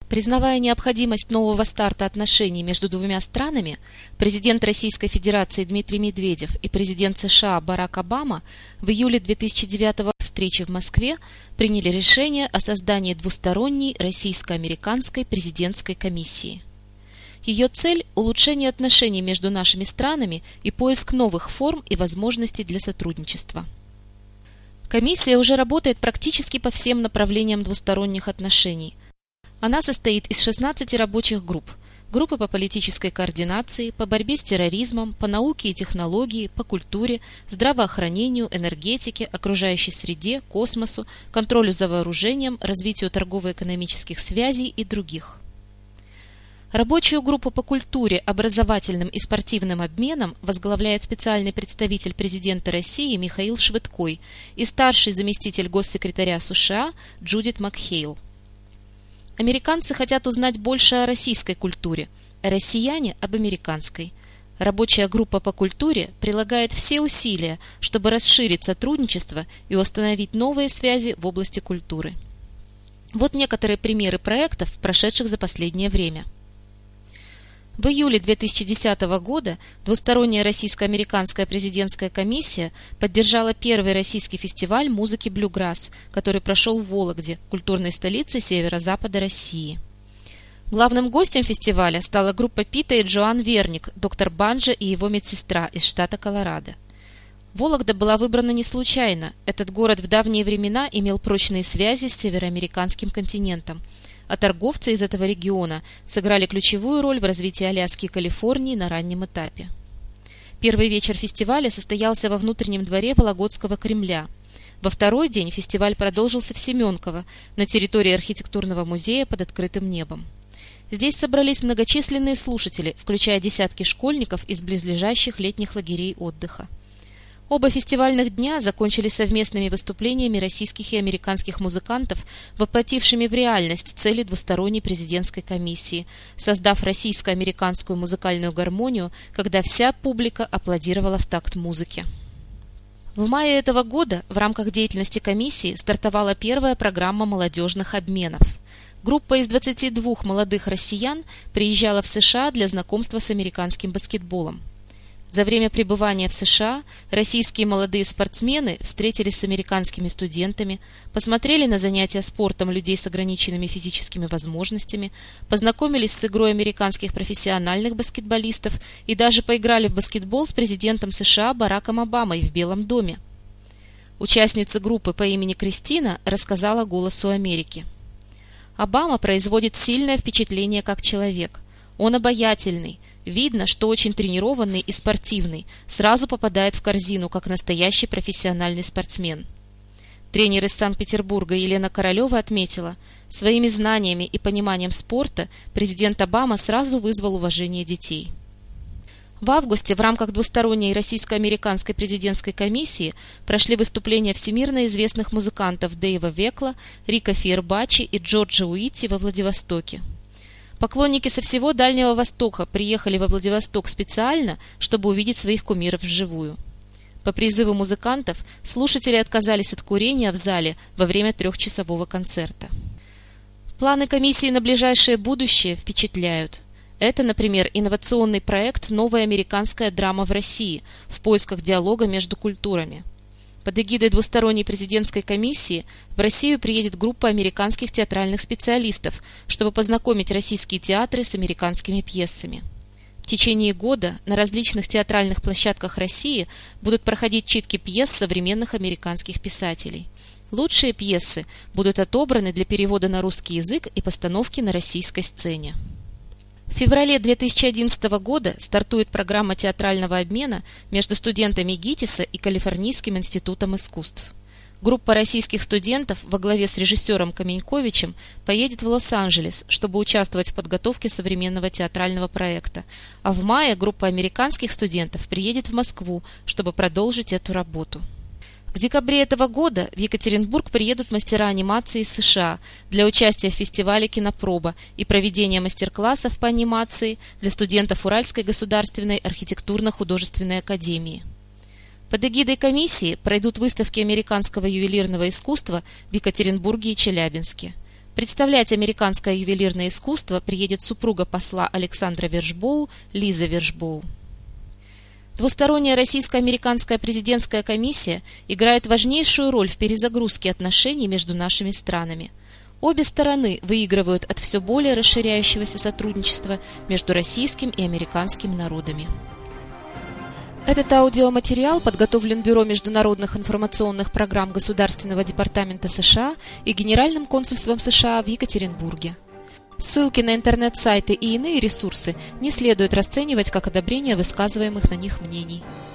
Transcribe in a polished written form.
Признавая необходимость нового старта отношений между двумя странами, президент Российской Федерации Дмитрий Медведев и президент США Барак Обама в июле 2009 года встречи в Москве приняли решение о создании двусторонней российско-американской президентской комиссии. Ее цель – улучшение отношений между нашими странами и поиск новых форм и возможностей для сотрудничества. Комиссия уже работает практически по всем направлениям двусторонних отношений. Она состоит из 16 рабочих групп. Группы по политической координации, по борьбе с терроризмом, по науке и технологии, по культуре, здравоохранению, энергетике, окружающей среде, космосу, контролю за вооружением, развитию торгово-экономических связей и других. Рабочую группу по культуре, образовательным и спортивным обменам возглавляет специальный представитель президента России Михаил Швыдкой и старший заместитель госсекретаря США Джудит Макхейл. Американцы хотят узнать больше о российской культуре, а россияне – об американской. Рабочая группа по культуре прилагает все усилия, чтобы расширить сотрудничество и установить новые связи в области культуры. Вот некоторые примеры проектов, прошедших за последнее время. В июле 2010 года двусторонняя российско-американская президентская комиссия поддержала первый российский фестиваль музыки «Блюграсс», который прошел в Вологде, культурной столице северо-запада России. Главным гостем фестиваля стала группа Пита и Джоан Верник, доктор банджо и его медсестра из штата Колорадо. Вологда была выбрана не случайно. Этот город в давние времена имел прочные связи с североамериканским континентом, а торговцы из этого региона сыграли ключевую роль в развитии Аляски и Калифорнии на раннем этапе. Первый вечер фестиваля состоялся во внутреннем дворе Вологодского Кремля. Во второй день фестиваль продолжился в Семенково, на территории архитектурного музея под открытым небом. Здесь собрались многочисленные слушатели, включая десятки школьников из близлежащих летних лагерей отдыха. Оба фестивальных дня закончились совместными выступлениями российских и американских музыкантов, воплотившими в реальность цели двусторонней президентской комиссии, создав российско-американскую музыкальную гармонию, когда вся публика аплодировала в такт музыке. В мае этого года в рамках деятельности комиссии стартовала первая программа молодежных обменов. Группа из 22 молодых россиян приезжала в США для знакомства с американским баскетболом. За время пребывания в США российские молодые спортсмены встретились с американскими студентами, посмотрели на занятия спортом людей с ограниченными физическими возможностями, познакомились с игрой американских профессиональных баскетболистов и даже поиграли в баскетбол с президентом США Бараком Обамой в Белом доме. Участница группы по имени Кристина рассказала «Голосу Америки». Обама производит сильное впечатление как человек. Он обаятельный. Видно, что очень тренированный и спортивный, сразу попадает в корзину, как настоящий профессиональный спортсмен. Тренер из Санкт-Петербурга Елена Королева отметила, своими знаниями и пониманием спорта президент Обама сразу вызвал уважение детей. В августе в рамках двусторонней российско-американской президентской комиссии прошли выступления всемирно известных музыкантов Дэйва Векла, Рика Фиербачи и Джорджа Уитти во Владивостоке. Поклонники со всего Дальнего Востока приехали во Владивосток специально, чтобы увидеть своих кумиров вживую. По призыву музыкантов слушатели отказались от курения в зале во время 3-часового концерта. Планы комиссии на ближайшее будущее впечатляют. Это, например, инновационный проект «Новая американская драма в России» в поисках диалога между культурами. Под эгидой двусторонней президентской комиссии в Россию приедет группа американских театральных специалистов, чтобы познакомить российские театры с американскими пьесами. В течение года на различных театральных площадках России будут проходить читки пьес современных американских писателей. Лучшие пьесы будут отобраны для перевода на русский язык и постановки на российской сцене. В феврале 2011 года стартует программа театрального обмена между студентами ГИТИСа и Калифорнийским институтом искусств. Группа российских студентов во главе с режиссером Каменьковичем поедет в Лос-Анджелес, чтобы участвовать в подготовке современного театрального проекта, а в мае группа американских студентов приедет в Москву, чтобы продолжить эту работу. В декабре этого года в Екатеринбург приедут мастера анимации из США для участия в фестивале «Кинопроба» и проведения мастер-классов по анимации для студентов Уральской государственной архитектурно-художественной академии. Под эгидой комиссии пройдут выставки американского ювелирного искусства в Екатеринбурге и Челябинске. Представлять американское ювелирное искусство приедет супруга посла Александра Вершбоу, Лиза Вершбоу. Двусторонняя российско-американская президентская комиссия играет важнейшую роль в перезагрузке отношений между нашими странами. Обе стороны выигрывают от все более расширяющегося сотрудничества между российским и американским народами. Этот аудиоматериал подготовлен Бюро международных информационных программ Государственного департамента США и Генеральным консульством США в Екатеринбурге. Ссылки на интернет-сайты и иные ресурсы не следует расценивать как одобрение высказываемых на них мнений.